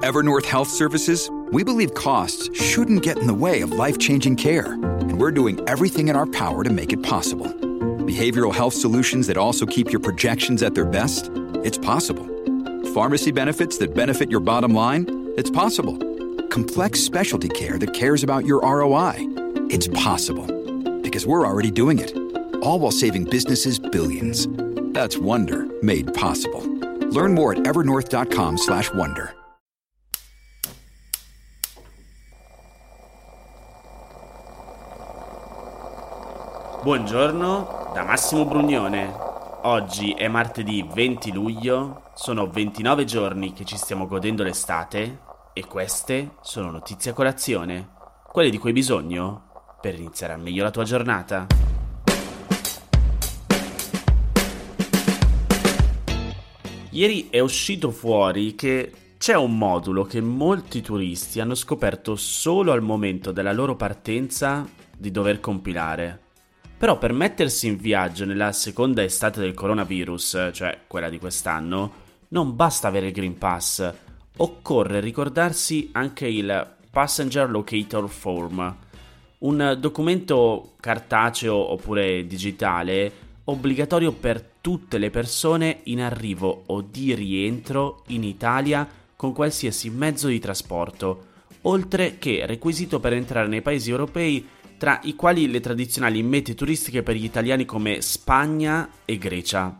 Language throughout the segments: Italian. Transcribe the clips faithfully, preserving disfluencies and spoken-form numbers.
Evernorth Health Services, we believe costs shouldn't get in the way of life-changing care, and we're doing everything in our power to make it possible. Behavioral health solutions that also keep your projections at their best? It's possible. Pharmacy benefits that benefit your bottom line? It's possible. Complex specialty care that cares about your R O I? It's possible. Because we're already doing it. All while saving businesses billions. That's Wonder made possible. Learn more at evernorth.com slash wonder. Buongiorno da Massimo Brugnone. Oggi è martedì venti luglio, sono ventinove giorni che ci stiamo godendo l'estate e queste sono notizie a colazione, quelle di cui hai bisogno per iniziare al meglio la tua giornata. Ieri è uscito fuori che c'è un modulo che molti turisti hanno scoperto solo al momento della loro partenza di dover compilare. Però per mettersi in viaggio nella seconda estate del coronavirus, cioè quella di quest'anno, non basta avere il Green Pass, occorre ricordarsi anche il Passenger Locator Form, un documento cartaceo oppure digitale obbligatorio per tutte le persone in arrivo o di rientro in Italia con qualsiasi mezzo di trasporto, oltre che requisito per entrare nei paesi europei, tra i quali le tradizionali mete turistiche per gli italiani come Spagna e Grecia.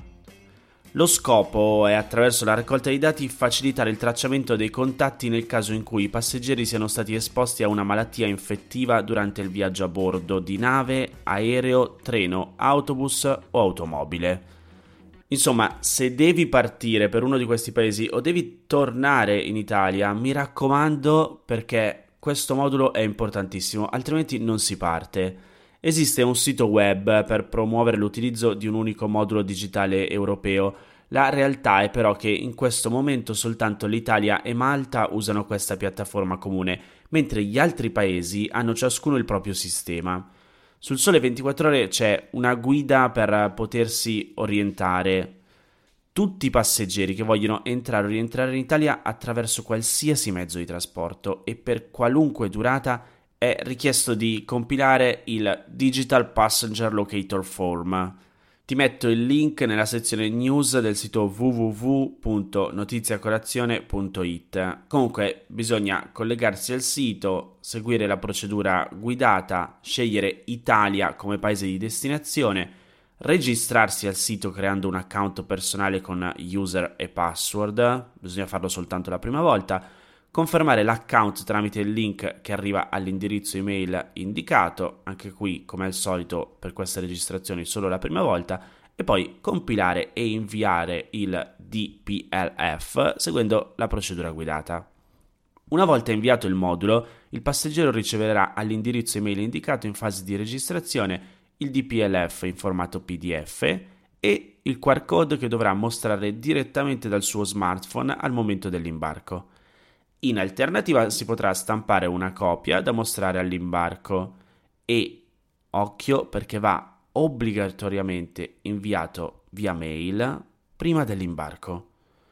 Lo scopo è, attraverso la raccolta dei dati, facilitare il tracciamento dei contatti nel caso in cui i passeggeri siano stati esposti a una malattia infettiva durante il viaggio a bordo di nave, aereo, treno, autobus o automobile. Insomma, se devi partire per uno di questi paesi o devi tornare in Italia, mi raccomando, perché questo modulo è importantissimo, altrimenti non si parte. Esiste un sito web per promuovere l'utilizzo di un unico modulo digitale europeo. La realtà è però che in questo momento soltanto l'Italia e Malta usano questa piattaforma comune, mentre gli altri paesi hanno ciascuno il proprio sistema. Sul Sole ventiquattro Ore c'è una guida per potersi orientare. Tutti i passeggeri che vogliono entrare o rientrare in Italia attraverso qualsiasi mezzo di trasporto e per qualunque durata è richiesto di compilare il Digital Passenger Locator Form. Ti metto il link nella sezione news del sito w w w punto notiziacolazione punto i t. Comunque bisogna collegarsi al sito, seguire la procedura guidata, scegliere Italia come paese di destinazione, registrarsi al sito creando un account personale con user e password, bisogna farlo soltanto la prima volta, confermare l'account tramite il link che arriva all'indirizzo email indicato, anche qui come al solito per queste registrazioni solo la prima volta, e poi compilare e inviare il D P L F seguendo la procedura guidata. Una volta inviato il modulo, il passeggero riceverà all'indirizzo email indicato in fase di registrazione il D P L F in formato P D F e il Q R code che dovrà mostrare direttamente dal suo smartphone al momento dell'imbarco. In alternativa si potrà stampare una copia da mostrare all'imbarco e, occhio, perché va obbligatoriamente inviato via mail prima dell'imbarco.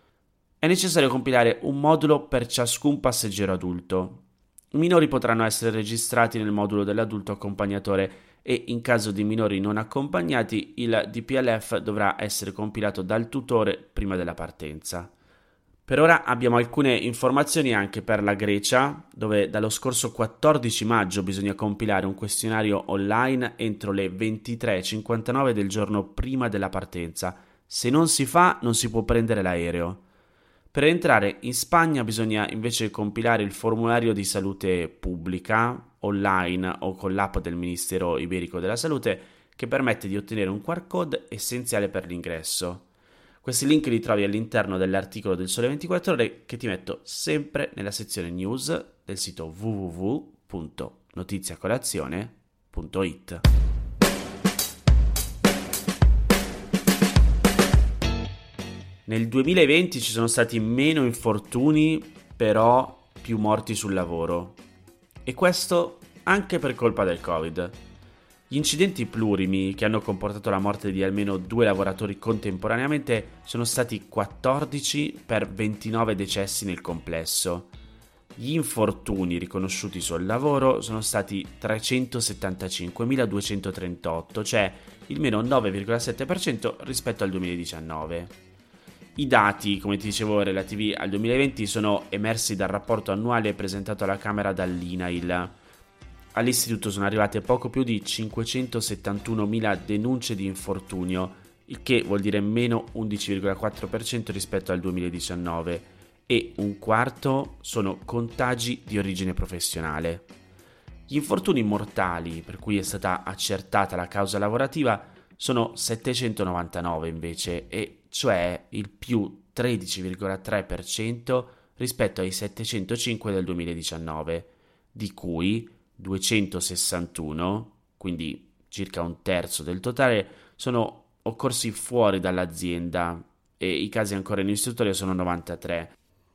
È necessario compilare un modulo per ciascun passeggero adulto. I minori potranno essere registrati nel modulo dell'adulto accompagnatore e in caso di minori non accompagnati il D P L F dovrà essere compilato dal tutore prima della partenza. Per ora abbiamo alcune informazioni anche per la Grecia, dove dallo scorso quattordici maggio bisogna compilare un questionario online entro le ventitré e cinquantanove del giorno prima della partenza. Se non si fa, non si può prendere l'aereo. Per entrare in Spagna bisogna invece compilare il formulario di salute pubblica, online o con l'app del Ministero Iberico della Salute, che permette di ottenere un Q R code essenziale per l'ingresso. Questi link li trovi all'interno dell'articolo del Sole ventiquattro Ore che ti metto sempre nella sezione news del sito w w w punto notiziacolazione punto i t. Nel duemilaventi ci sono stati meno infortuni, però più morti sul lavoro. E questo anche per colpa del Covid. Gli incidenti plurimi che hanno comportato la morte di almeno due lavoratori contemporaneamente sono stati quattordici per ventinove decessi nel complesso. Gli infortuni riconosciuti sul lavoro sono stati trecentosettantacinquemiladuecentotrentotto, cioè il meno nove virgola sette per cento rispetto al duemiladiciannove. I dati, come ti dicevo, relativi al duemilaventi sono emersi dal rapporto annuale presentato alla Camera dall'I N A I L. All'istituto sono arrivate poco più di cinquecentosettantunomila denunce di infortunio, il che vuol dire meno undici virgola quattro per cento rispetto al duemiladiciannove, e un quarto sono contagi di origine professionale. Gli infortuni mortali, per cui è stata accertata la causa lavorativa, sono settecentonovantanove invece, e cioè il più tredici virgola tre per cento rispetto ai settecentocinque del duemiladiciannove, di cui duecentosessantuno, quindi circa un terzo del totale, sono occorsi fuori dall'azienda, e i casi ancora in istruttoria sono novantatré.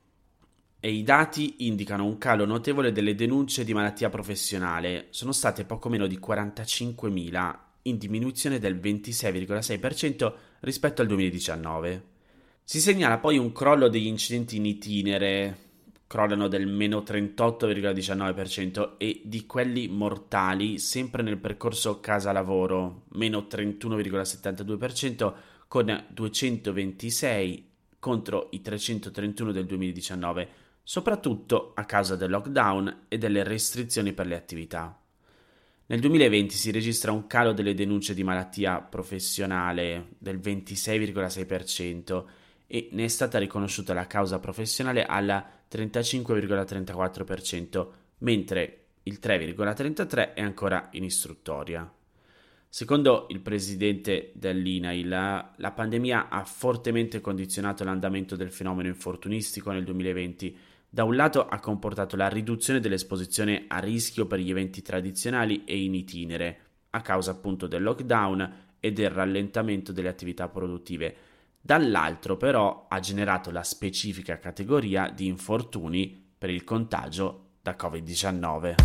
E i dati indicano un calo notevole delle denunce di malattia professionale, sono state poco meno di quarantacinquemila, in diminuzione del ventisei virgola sei per cento rispetto al duemiladiciannove. Si segnala poi un crollo degli incidenti in itinere, crollano del meno trentotto virgola diciannove per cento, e di quelli mortali sempre nel percorso casa-lavoro, meno trentuno virgola settantadue per cento, con duecentoventisei contro i trecentotrentuno del duemiladiciannove, soprattutto a causa del lockdown e delle restrizioni per le attività. Nel duemilaventi si registra un calo delle denunce di malattia professionale del ventisei virgola sei per cento e ne è stata riconosciuta la causa professionale al trentacinque virgola trentaquattro per cento, mentre il tre virgola trentatré per cento è ancora in istruttoria. Secondo il presidente dell'I N A I L, la pandemia ha fortemente condizionato l'andamento del fenomeno infortunistico nel duemilaventi. Da un lato ha comportato la riduzione dell'esposizione a rischio per gli eventi tradizionali e in itinere, a causa appunto del lockdown e del rallentamento delle attività produttive. Dall'altro però ha generato la specifica categoria di infortuni per il contagio da covid diciannove.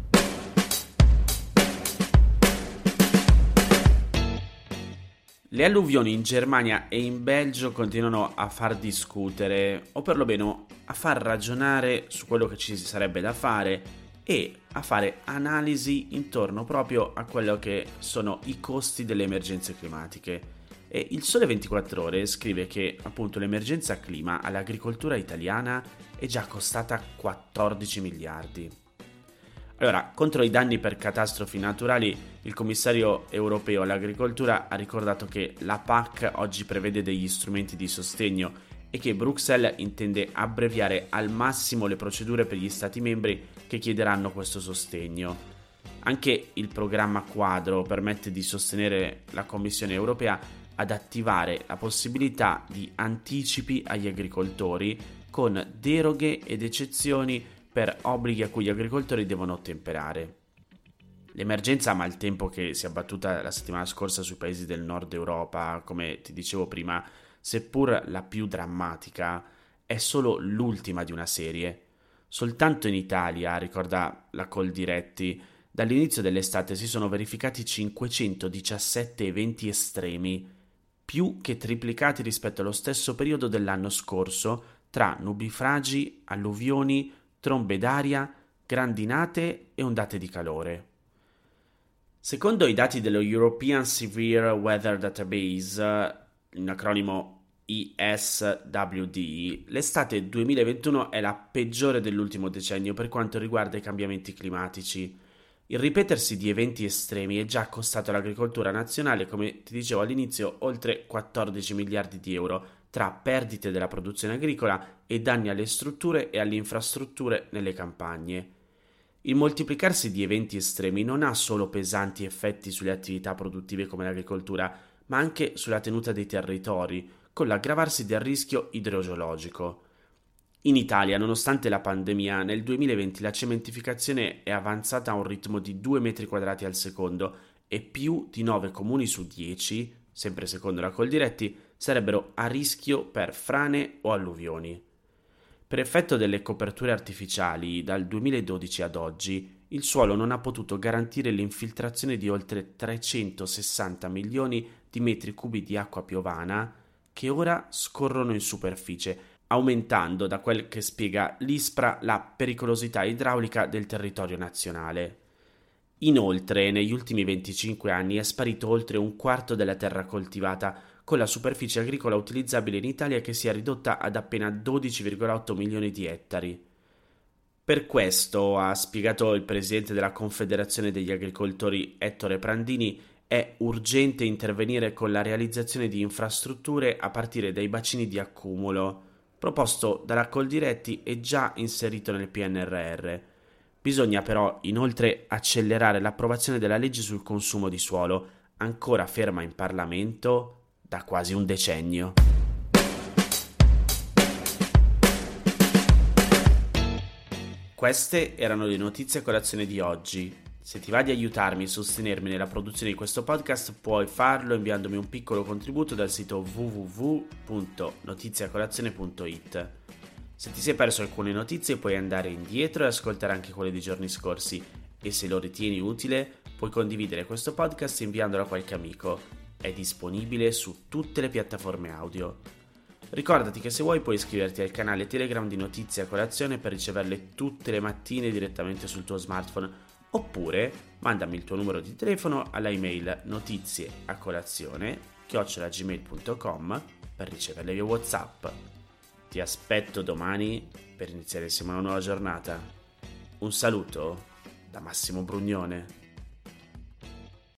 Le alluvioni in Germania e in Belgio continuano a far discutere, o perlomeno a far ragionare su quello che ci sarebbe da fare e a fare analisi intorno proprio a quello che sono i costi delle emergenze climatiche. E il Sole ventiquattro Ore scrive che appunto l'emergenza clima all'agricoltura italiana è già costata quattordici miliardi. Allora, contro i danni per catastrofi naturali, il commissario europeo all'agricoltura ha ricordato che la P A C oggi prevede degli strumenti di sostegno e che Bruxelles intende abbreviare al massimo le procedure per gli Stati membri che chiederanno questo sostegno. Anche il programma quadro permette di sostenere la Commissione europea ad attivare la possibilità di anticipi agli agricoltori con deroghe ed eccezioni per obblighi a cui gli agricoltori devono ottemperare. L'emergenza maltempo che si è abbattuta la settimana scorsa sui paesi del nord Europa, come ti dicevo prima, seppur la più drammatica, è solo l'ultima di una serie. Soltanto in Italia, ricorda la Coldiretti, dall'inizio dell'estate si sono verificati cinquecentodiciassette eventi estremi, più che triplicati rispetto allo stesso periodo dell'anno scorso, tra nubifragi, alluvioni, trombe d'aria, grandinate e ondate di calore. Secondo i dati dello European Severe Weather Database, in acronimo E S W D, l'estate duemilaventuno è la peggiore dell'ultimo decennio per quanto riguarda i cambiamenti climatici. Il ripetersi di eventi estremi è già costato all'agricoltura nazionale, come ti dicevo all'inizio, oltre quattordici miliardi di euro, tra perdite della produzione agricola e danni alle strutture e alle infrastrutture nelle campagne. Il moltiplicarsi di eventi estremi non ha solo pesanti effetti sulle attività produttive come l'agricoltura, ma anche sulla tenuta dei territori, con l'aggravarsi del rischio idrogeologico. In Italia, nonostante la pandemia, nel duemilaventi la cementificazione è avanzata a un ritmo di due metri quadrati al secondo e più di nove comuni su dieci, sempre secondo la Coldiretti, sarebbero a rischio per frane o alluvioni. Per effetto delle coperture artificiali, dal duemiladodici ad oggi, il suolo non ha potuto garantire l'infiltrazione di oltre trecentosessanta milioni di metri cubi di acqua piovana che ora scorrono in superficie, aumentando, da quel che spiega l'ISPRA, la pericolosità idraulica del territorio nazionale. Inoltre, negli ultimi venticinque anni è sparito oltre un quarto della terra coltivata, con la superficie agricola utilizzabile in Italia che si è ridotta ad appena dodici virgola otto milioni di ettari. Per questo, ha spiegato il presidente della Confederazione degli Agricoltori Ettore Prandini, è urgente intervenire con la realizzazione di infrastrutture a partire dai bacini di accumulo, proposto dalla Coldiretti e già inserito nel P N R R. Bisogna però inoltre accelerare l'approvazione della legge sul consumo di suolo, ancora ferma in Parlamento da quasi un decennio. Queste erano le notizie a colazione di oggi. Se ti va di aiutarmi e sostenermi nella produzione di questo podcast, puoi farlo inviandomi un piccolo contributo dal sito w w w punto notiziacolazione punto i t. Se ti sei perso alcune notizie puoi andare indietro e ascoltare anche quelle dei giorni scorsi, e se lo ritieni utile puoi condividere questo podcast inviandolo a qualche amico. È disponibile su tutte le piattaforme audio. Ricordati che se vuoi puoi iscriverti al canale Telegram di Notizie a Colazione per riceverle tutte le mattine direttamente sul tuo smartphone, oppure mandami il tuo numero di telefono alla email notizieacolazione chiocciola gmail punto com per riceverle via WhatsApp. Ti aspetto domani per iniziare insieme una nuova giornata. Un saluto da Massimo Brugnone.